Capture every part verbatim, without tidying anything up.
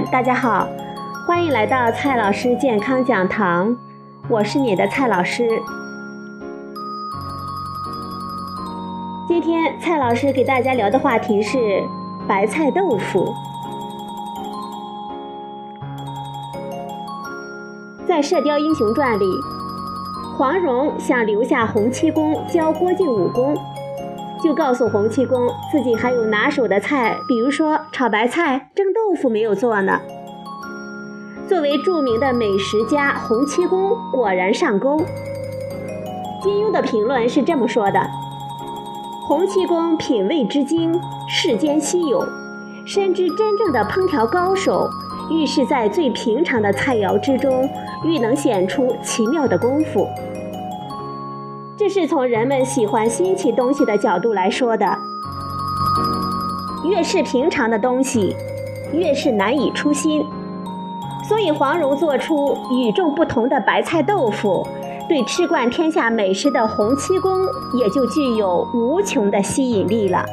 们，大家好，欢迎来到蔡老师健康讲堂，我是你的蔡老师。今天蔡老师给大家聊的话题是白菜豆腐。在《射雕英雄传》里，黄蓉想留下洪七公教郭靖武功，就告诉洪七公自己还有拿手的菜，比如说炒白菜、蒸豆腐没有做呢。作为著名的美食家，洪七公果然上钩。金庸的评论是这么说的：洪七公品味之精，世间稀有，深知真正的烹调高手遇是在最平常的菜肴之中，愈能显出奇妙的功夫。这是从人们喜欢新奇东西的角度来说的。越是平常的东西，越是难以出新。所以黄蓉做出与众不同的白菜豆腐，对吃惯天下美食的洪七公也就具有无穷的吸引力了。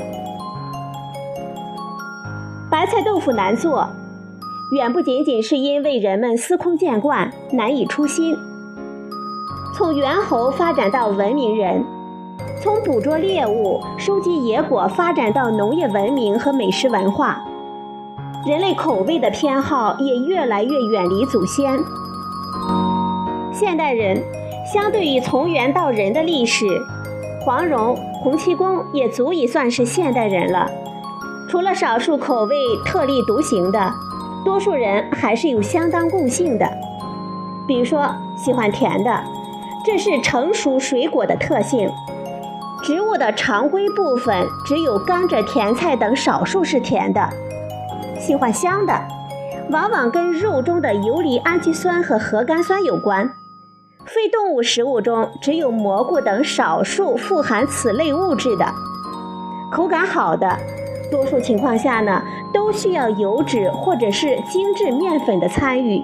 白菜豆腐难做，远不仅仅是因为人们司空见惯，难以出新。从猿猴发展到文明人，从捕捉猎物、收集野果发展到农业文明和美食文化，人类口味的偏好也越来越远离祖先。现代人相对于从猿到人的历史，黄蓉、洪七公也足以算是现代人了。除了少数口味特立独行的，多数人还是有相当共性的。比如说喜欢甜的，这是成熟水果的特性。植物的常规部分只有甘蔗、甜菜等少数是甜的。喜欢香的，往往跟肉中的游离氨基酸和核苷酸有关。非动物食物中只有蘑菇等少数富含此类物质的。口感好的，多数情况下呢，都需要油脂或者是精制面粉的参与。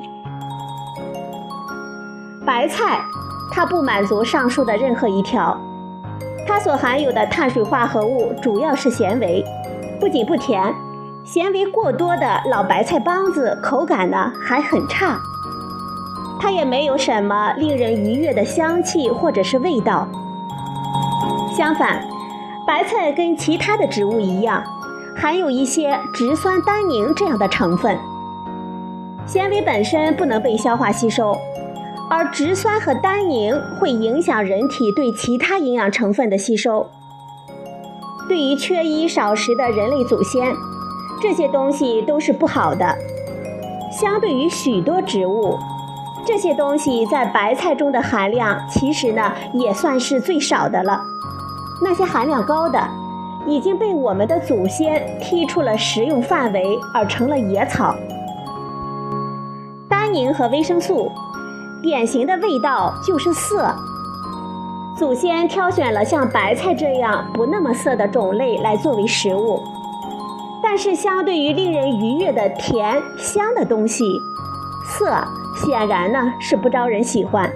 白菜它不满足上述的任何一条，它所含有的碳水化合物主要是纤维，不仅不甜，纤维过多的老白菜帮子口感呢还很差。它也没有什么令人愉悦的香气或者是味道。相反，白菜跟其他的植物一样，含有一些植酸单宁这样的成分。纤维本身不能被消化吸收，而植酸和单宁会影响人体对其他营养成分的吸收。对于缺衣少食的人类祖先，这些东西都是不好的。相对于许多植物，这些东西在白菜中的含量其实呢也算是最少的了。那些含量高的已经被我们的祖先剔出了食用范围，而成了野草。单宁和维生素典型的味道就是涩，祖先挑选了像白菜这样不那么涩的种类来作为食物。但是相对于令人愉悦的甜香的东西，涩显然呢是不招人喜欢。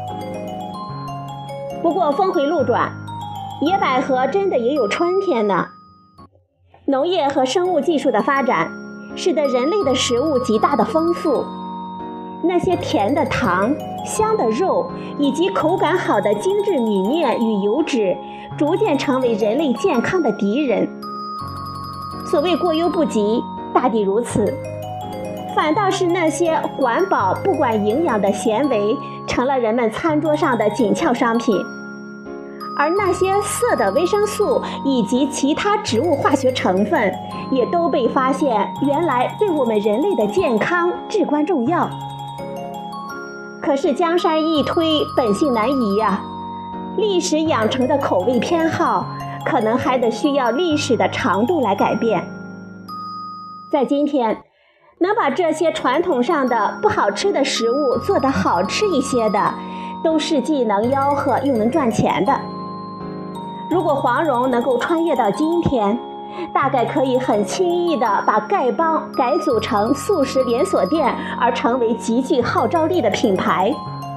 不过峰回路转，野百合真的也有春天呢。农业和生物技术的发展，使得人类的食物极大的丰富。那些甜的糖、香的肉以及口感好的精致米面与油脂，逐渐成为人类健康的敌人。所谓过犹不及，大抵如此。反倒是那些管饱不管营养的纤维，成了人们餐桌上的紧俏商品。而那些涩的维生素以及其他植物化学成分，也都被发现原来对我们人类的健康至关重要。可是江山易推，本性难移呀、啊。历史养成的口味偏好，可能还得需要历史的长度来改变。在今天，能把这些传统上的不好吃的食物做得好吃一些的，都是既能吆喝又能赚钱的。如果黄蓉能够穿越到今天，大概可以很轻易地把丐帮改组成速食连锁店，而成为极具号召力的品牌。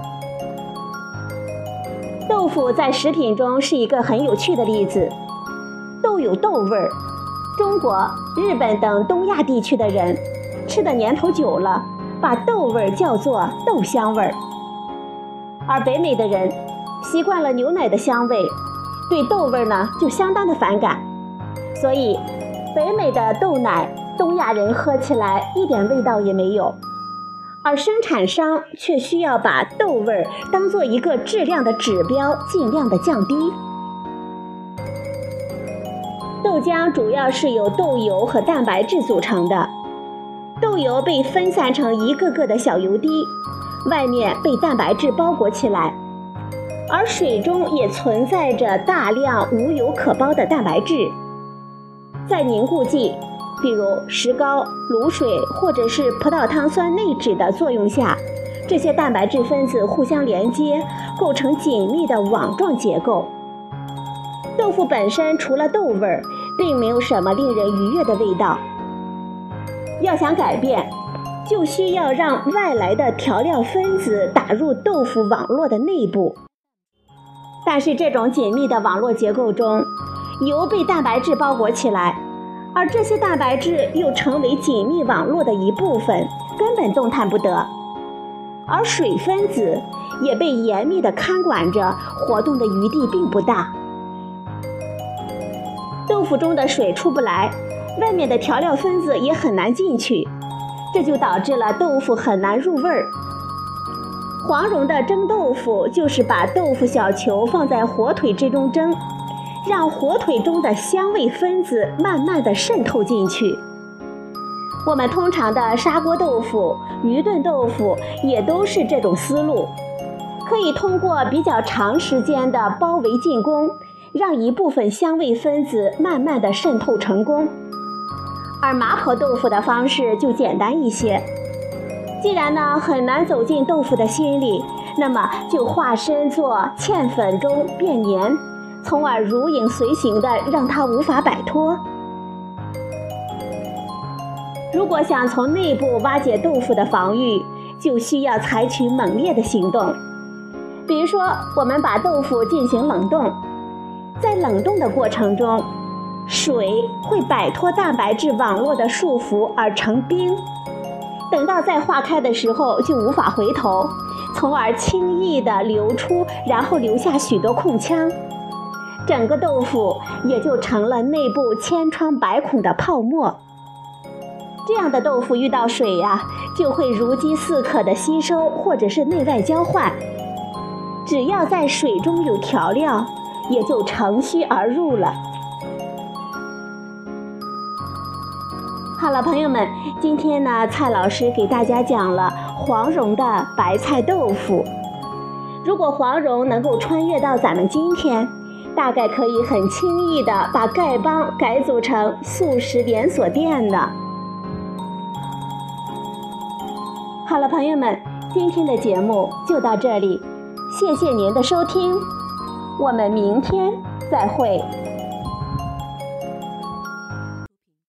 豆腐在食品中是一个很有趣的例子。豆有豆味儿，中国、日本等东亚地区的人吃的年头久了，把豆味叫做豆香味儿。而北美的人习惯了牛奶的香味，对豆味呢就相当的反感，所以北美的豆奶东亚人喝起来一点味道也没有，而生产商却需要把豆味当做一个质量的指标，尽量的降低。豆浆主要是由豆油和蛋白质组成的，豆油被分散成一个个的小油滴，外面被蛋白质包裹起来，而水中也存在着大量无油可包的蛋白质。在凝固剂，比如石膏、卤水或者是葡萄糖酸内酯的作用下，这些蛋白质分子互相连接，构成紧密的网状结构。豆腐本身除了豆味，并没有什么令人愉悦的味道。要想改变，就需要让外来的调料分子打入豆腐网络的内部。但是这种紧密的网络结构中，油被蛋白质包裹起来，而这些蛋白质又成为紧密网络的一部分，根本动弹不得。而水分子也被严密地看管着，活动的余地并不大。豆腐中的水出不来，外面的调料分子也很难进去，这就导致了豆腐很难入味儿。黄蓉的蒸豆腐就是把豆腐小球放在火腿之中蒸，让火腿中的香味分子慢慢地渗透进去。我们通常的砂锅豆腐、鱼炖豆腐也都是这种思路，可以通过比较长时间的包围进攻，让一部分香味分子慢慢地渗透成功。而麻婆豆腐的方式就简单一些，既然呢很难走进豆腐的心里，那么就化身做芡粉中变黏，从而如影随形地让它无法摆脱。如果想从内部瓦解豆腐的防御，就需要采取猛烈的行动。比如说，我们把豆腐进行冷冻，在冷冻的过程中，水会摆脱蛋白质网络的束缚而成冰，等到再化开的时候就无法回头，从而轻易地流出，然后留下许多空腔，整个豆腐也就成了内部千疮百孔的泡沫。这样的豆腐遇到水呀、啊，就会如饥似渴的吸收，或者是内外交换。只要在水中有调料，也就乘虚而入了。好了，朋友们，今天呢，蔡老师给大家讲了黄蓉的白菜豆腐。如果黄蓉能够穿越到咱们今天，大概可以很轻易地把丐帮改组成速食连锁店呢。好了，朋友们，今天的节目就到这里，谢谢您的收听，我们明天再会。